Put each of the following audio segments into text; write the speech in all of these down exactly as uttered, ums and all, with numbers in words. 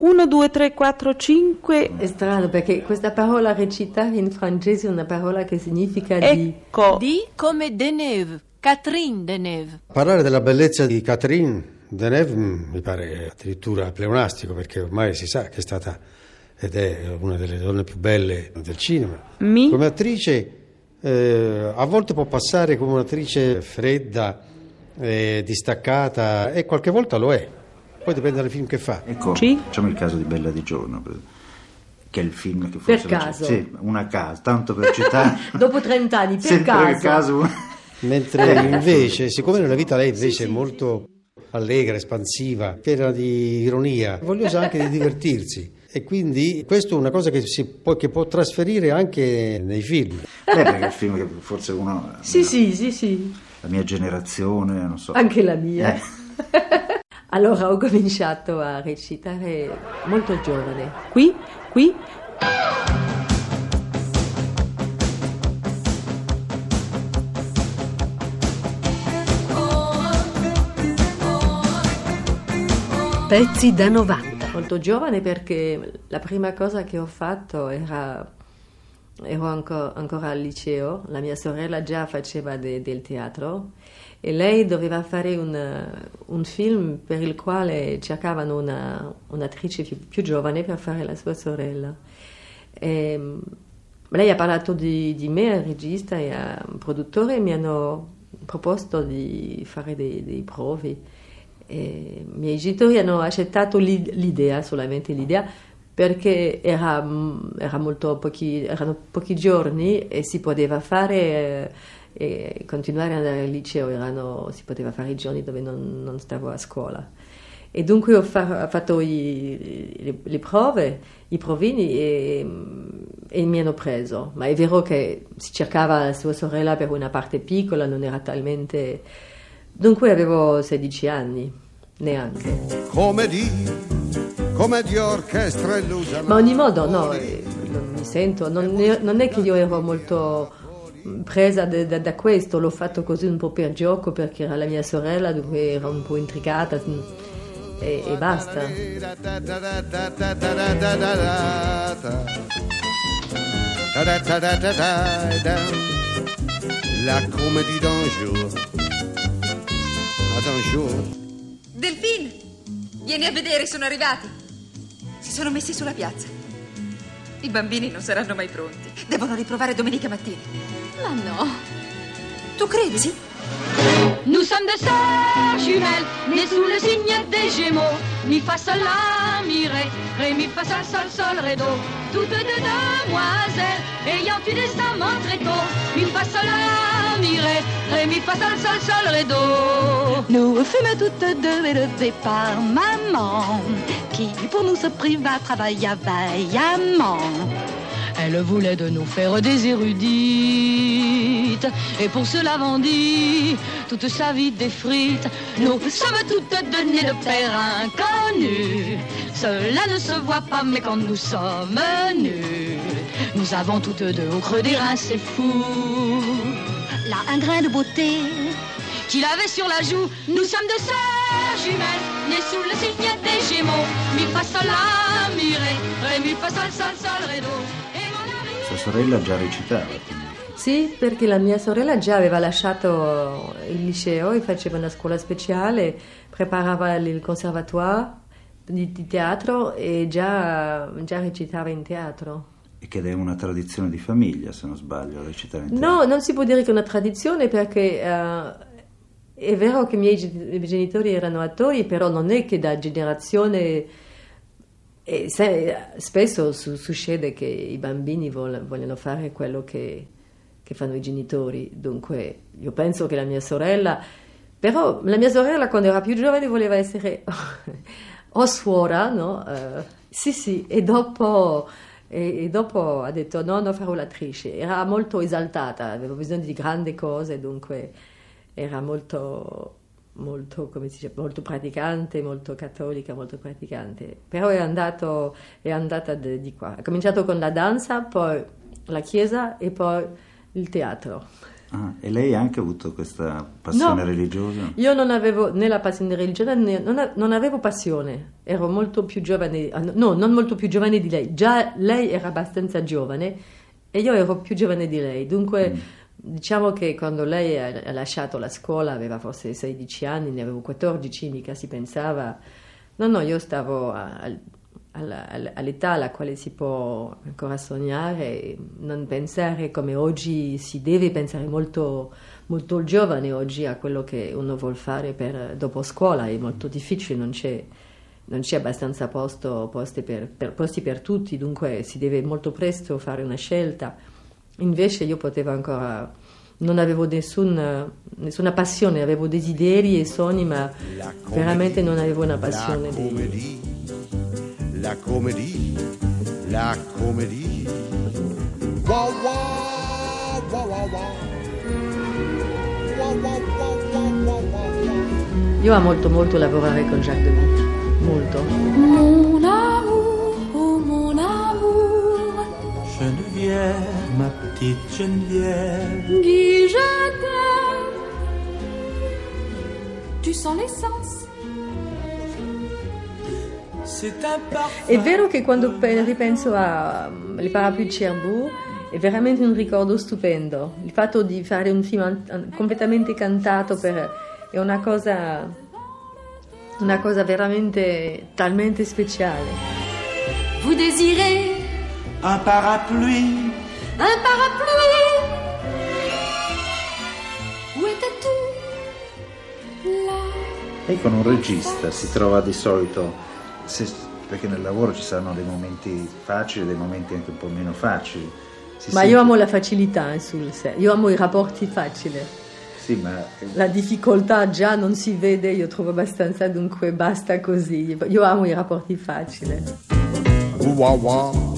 uno, due, tre, quattro, cinque. È strano perché questa parola recitare in francese è una parola che significa ecco. di... Di come Deneuve, Catherine Deneuve. Parlare della bellezza di Catherine Deneuve mi pare addirittura pleonastico, perché ormai si sa che è stata ed è una delle donne più belle del cinema. Mi? Come attrice eh, a volte può passare come un'attrice fredda, eh, distaccata, e qualche volta lo è. Poi dipende dal film che fa. Ecco, Sì? facciamo il caso di Bella di giorno, che è il film che forse... Per caso. Sì, una caso, tanto per citare. Dopo trent'anni, per Sempre caso. per caso. Mentre invece, siccome nella vita lei invece sì, è molto allegra, espansiva, piena di ironia, vogliosa anche di divertirsi. E quindi questo è una cosa che, si può, che può trasferire anche nei film. Beh, perché è il film che forse uno... Sì, mia, sì, sì, sì. La mia generazione, non so. Anche la mia. Eh. Allora ho cominciato a recitare molto giovane. Qui, qui. Pezzi da novanta. Molto giovane perché la prima cosa che ho fatto era... ero ancora, ancora al liceo, la mia sorella già faceva de, del teatro e lei doveva fare un, un film per il quale cercavano una, un'attrice più, più giovane per fare la sua sorella. E lei ha parlato di, di me al regista e al produttore e mi hanno proposto di fare dei, dei provi. E i miei genitori hanno accettato l'idea, solamente l'idea, perché era, era molto pochi, erano pochi giorni e si poteva fare eh, e continuare ad andare al liceo, erano, si poteva fare i giorni dove non, non stavo a scuola. E dunque ho, fa, ho fatto i, le, le prove, i provini e, e mi hanno preso. Ma è vero che si cercava sua sorella per una parte piccola, non era talmente... Dunque avevo sedici anni, neanche. Come di, come di orchestra illusa. Ma ogni modo, no, eh, non mi sento, non è, non è che io ero molto presa da, da, da questo, l'ho fatto così un po' per gioco, perché era la mia sorella, dunque era un po' intricata e, e basta. La comédie d'un jour. D'un jour. Delphine, vieni a vedere, sono arrivati. Si sono messi sulla piazza. I bambini non saranno mai pronti. Devono riprovare domenica mattina. Ma no. Tu credi? Sì. Nous sommes deux sœurs jumelles, nées sous le signe des Gémeaux. Mi fa sol la mi ré, ré mi fa sol sol sol ré do. Toutes deux demoiselles, ayant eu des amants très tôt. Mi fa sol la mi ré, ré mi fa sol sol sol ré do. Nous fûmes toutes deux élevées par maman, qui pour nous se priva travailla vaillamment. Elle voulait de nous faire des érudites, et pour cela vendit toute sa vie des frites. Nous sommes toutes données de pères inconnus. Cela ne se voit pas, mais quand nous sommes nus, nous avons toutes deux au creux des reins, c'est fou. Là, un grain de beauté qu'il avait sur la joue. Nous sommes deux sœurs jumelles, nées sous le signe des Gémeaux. Mi fa sol la mi ré, ré mi fa sol sol sol ré do. Sua sorella già recitava, quindi. Sì, perché la mia sorella già aveva lasciato il liceo e faceva una scuola speciale, preparava il conservatoire di, di teatro e già, già recitava in teatro. E che è una tradizione di famiglia, se non sbaglio, recitare in teatro. No, non si può dire che è una tradizione, perché uh, è vero che i miei genitori erano attori, però non è che da generazione... E se, spesso su, succede che i bambini vol, vogliono fare quello che, che fanno i genitori, dunque io penso che la mia sorella, però la mia sorella quando era più giovane voleva essere o suora, no? Uh, sì sì, e dopo, e, e dopo ha detto no, non farò l'attrice, era molto esaltata, aveva bisogno di grandi cose, dunque era molto... molto, come si dice, molto praticante, molto cattolica, molto praticante, però è andato è andata di, di qua, ha cominciato con la danza, poi la chiesa e poi il teatro. Ah, e lei ha anche avuto questa passione No, religiosa? Io non avevo né la passione religiosa, né, non, a- non avevo passione, ero molto più giovane, ah, no, non molto più giovane di lei, già lei era abbastanza giovane e io ero più giovane di lei, dunque mm. diciamo che quando lei ha, ha lasciato la scuola aveva forse sedici anni, ne avevo quattordici, mica si pensava, no no, io stavo a, a, alla, all'età alla quale si può ancora sognare, non pensare come oggi si deve pensare molto, molto giovane oggi a quello che uno vuol fare per, dopo scuola, è molto difficile, non c'è, non c'è abbastanza posto, posti, per, per, posti per tutti, dunque si deve molto presto fare una scelta. Invece io potevo ancora, non avevo nessun, nessuna passione, avevo desideri e sogni, ma veramente non avevo una passione di... La comédie, la comédie. Wow, wow, wow, wow, wow. Wow, wow, wow, wow, wow, wow. Io amo molto molto lavorare con Jacques Demy, molto. Mon amour, oh mon amour, Geneviève, ma petite Geneviève. Guy, je t'aime. Tu sens l'essence. È vero che quando pe- ripenso a um, Le Parapluie Cherbourg è veramente un ricordo stupendo. Il fatto di fare un film an- completamente cantato per, è una cosa, una cosa veramente talmente speciale. Vous désirez Un parapluie, un parapluie. Où étais-tu? Là. Lei con un regista si trova di solito, se, perché nel lavoro ci saranno dei momenti facili, dei momenti anche un po' meno facili. Si Ma sente... io amo la facilità sul set, io amo i rapporti facili. Sì, ma... La difficoltà già non si vede, io trovo abbastanza, dunque basta così. Io amo i rapporti facili. Wow, wow.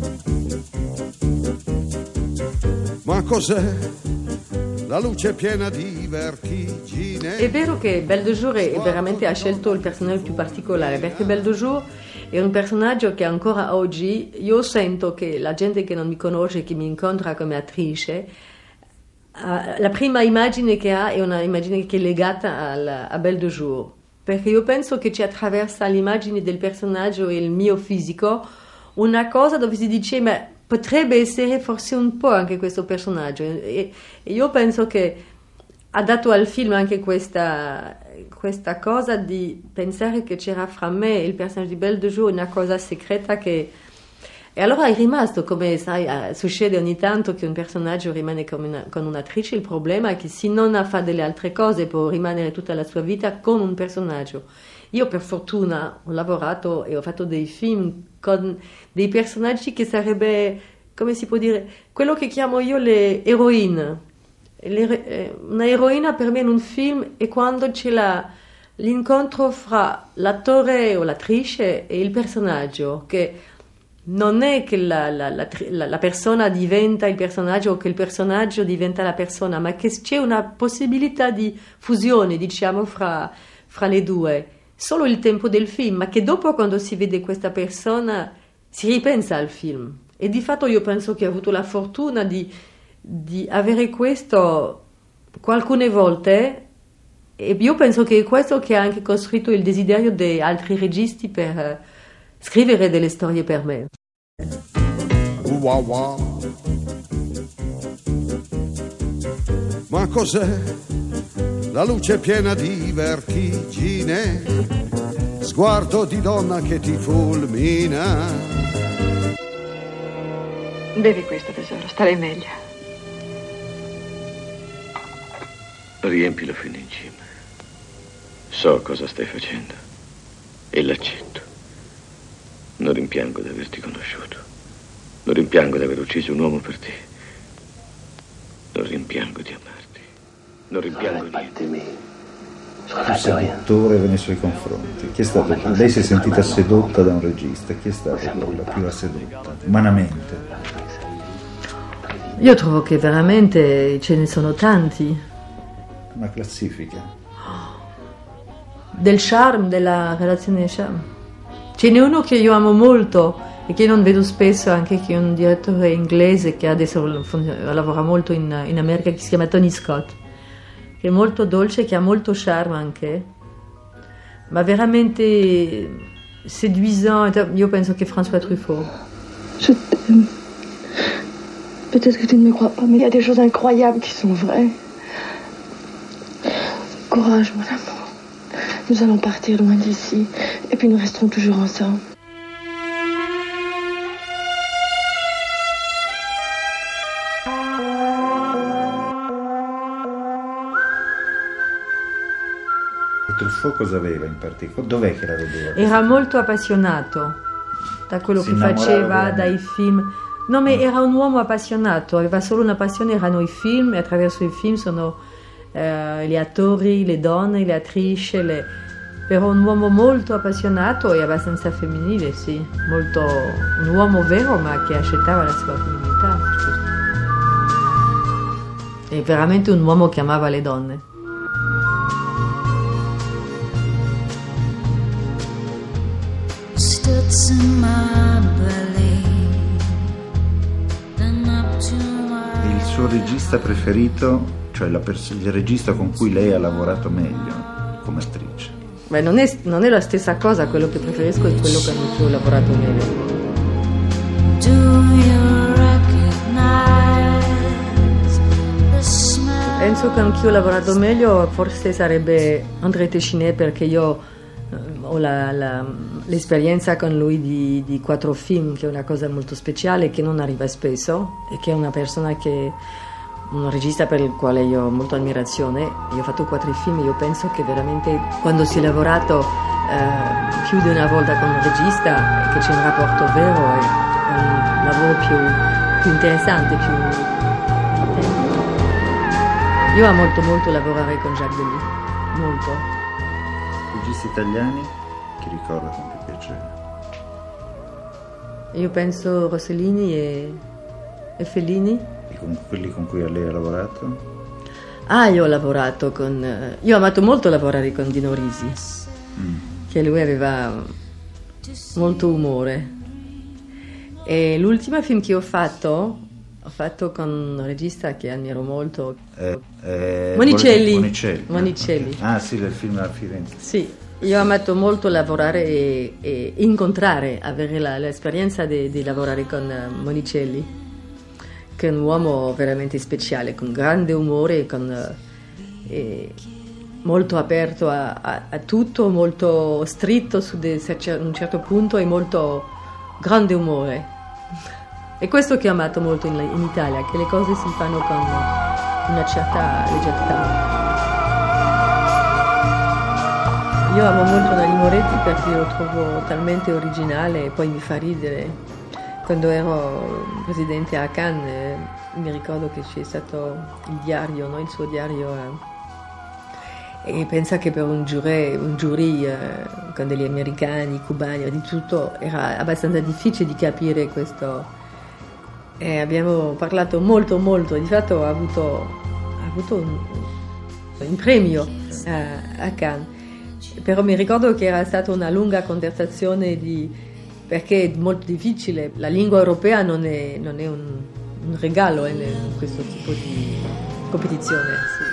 Ma cos'è? La luce piena di vertigine. È vero che Belle de Jour è veramente ha scelto il personaggio più particolare, perché Belle de Jour è un personaggio che ancora oggi io sento che la gente che non mi conosce, che mi incontra come attrice, uh, la prima immagine che ha è una immagine che è legata al, a Belle de Jour, perché io penso che ci attraversa l'immagine del personaggio e il mio fisico una cosa dove si dice ma potrebbe essere forse un po' anche questo personaggio, e, e io penso che ha dato al film anche questa, questa cosa di pensare che c'era fra me e il personaggio di Belle de Jour una cosa segreta che... E allora è rimasto, come sai, succede ogni tanto che un personaggio rimane con, una, con un'attrice, il problema è che se non fa delle altre cose può rimanere tutta la sua vita con un personaggio. Io per fortuna ho lavorato e ho fatto dei film con dei personaggi che sarebbe, come si può dire, quello che chiamo io le eroine. Le, una eroina per me in un film è quando c'è la, l'incontro fra l'attore o l'attrice e il personaggio, che non è che la, la, la, la persona diventa il personaggio o che il personaggio diventa la persona, ma che c'è una possibilità di fusione, diciamo, fra, fra le due. Solo il tempo del film, ma che dopo quando si vede questa persona si ripensa al film. E di fatto io penso che ho avuto la fortuna di, di avere questo alcune volte, e io penso che è questo che ha anche costruito il desiderio di altri registi per uh, scrivere delle storie per me. Wow, wow. Ma cos'è? La luce piena di vertigine, sguardo di donna che ti fulmina. Bevi questo, tesoro, starei meglio. Riempilo fino in cima. So cosa stai facendo e l'accetto. Non rimpiango di averti conosciuto. Non rimpiango di aver ucciso un uomo per te. Non rimpiango di amarti. Non rimpiango niente. Il seduttore nei suoi confronti. Chi è stato? Lei si è sentita sedotta da un regista. Chi è stato quello più la sedotta? Umanamente. Io trovo che veramente ce ne sono tanti. Una classifica. Del charme, della relazione charme. Ce n'è uno che io amo molto e che non vedo spesso, anche che è un direttore inglese che adesso lavora molto in, in America, che si chiama Tony Scott, che è molto dolce, che ha molto charme anche, ma veramente séduisant. Io penso che François Truffaut. Je t'aime. Peut-être que tu ne me crois pas, mais il y a des choses incroyables qui sont vraies. Courage, mon amour. Nous allons partir loin d'ici, et puis nous resterons toujours ensemble. E Truffaut cosa aveva in particolare? Dov'è che la vedeva? Era molto appassionato da quello Si che innamorava faceva, veramente. dai film. No, ma era un uomo appassionato, aveva solo una passione, erano i film, e attraverso i film sono eh, gli attori, le donne, le attrici, le... però un uomo molto appassionato e abbastanza femminile, sì, molto un uomo vero ma che accettava la sua femminilità. È veramente un uomo che amava le donne. Il suo regista preferito, cioè la pers- il regista con cui lei ha lavorato meglio come attrice? Beh, non è, non è la stessa cosa, quello che preferisco è quello con cui ho lavorato meglio. Penso che anch'io ho lavorato meglio, forse sarebbe André Téchiné, perché io eh, ho la, la, l'esperienza con lui di, di quattro film, che è una cosa molto speciale, che non arriva spesso, e che è una persona che, un regista per il quale io ho molta ammirazione. Io ho fatto quattro film e io penso che veramente quando si è lavorato eh, più di una volta con un regista, che c'è un rapporto vero, è, è un lavoro più, più interessante, più... Io amo molto molto lavorare con Jacques Demy, molto. Registi italiani che ricorda con più piacere? Io penso Rossellini e, e Fellini. E con quelli con cui lei ha lavorato? Ah, io ho lavorato con... Io ho amato molto lavorare con Dino Risi, mm. che lui aveva molto umore. E l'ultimo film che ho fatto, ho fatto con un regista che ammiro molto, eh, eh, Monicelli. Monicelli. Monicelli. Ah sì, del film a Firenze. Sì, io ho amato molto lavorare e, e incontrare, avere la, l'esperienza di, di lavorare con Monicelli, che è un uomo veramente speciale, con grande umore, con, eh, molto aperto a, a, a tutto, molto stretto su de, un certo punto e molto grande umore. È questo che ho amato molto in, in Italia, che le cose si fanno con una certa leggertà. Io amo molto Nanni Moretti perché lo trovo talmente originale e poi mi fa ridere. Quando ero presidente a Cannes eh, mi ricordo che c'è stato il diario, no? Il suo diario, eh, e pensa che per un giurì, un giurì eh, con degli americani, cubani, di tutto, era abbastanza difficile di capire questo. E abbiamo parlato molto molto, di fatto ha avuto, ha avuto un, un premio a, a Cannes, però mi ricordo che era stata una lunga conversazione di, perché è molto difficile, la lingua europea non è, non è un, un regalo in questo tipo di competizione. Sì.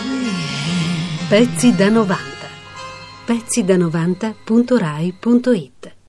Pezzi da novanta. pezzi da novanta punto rai punto it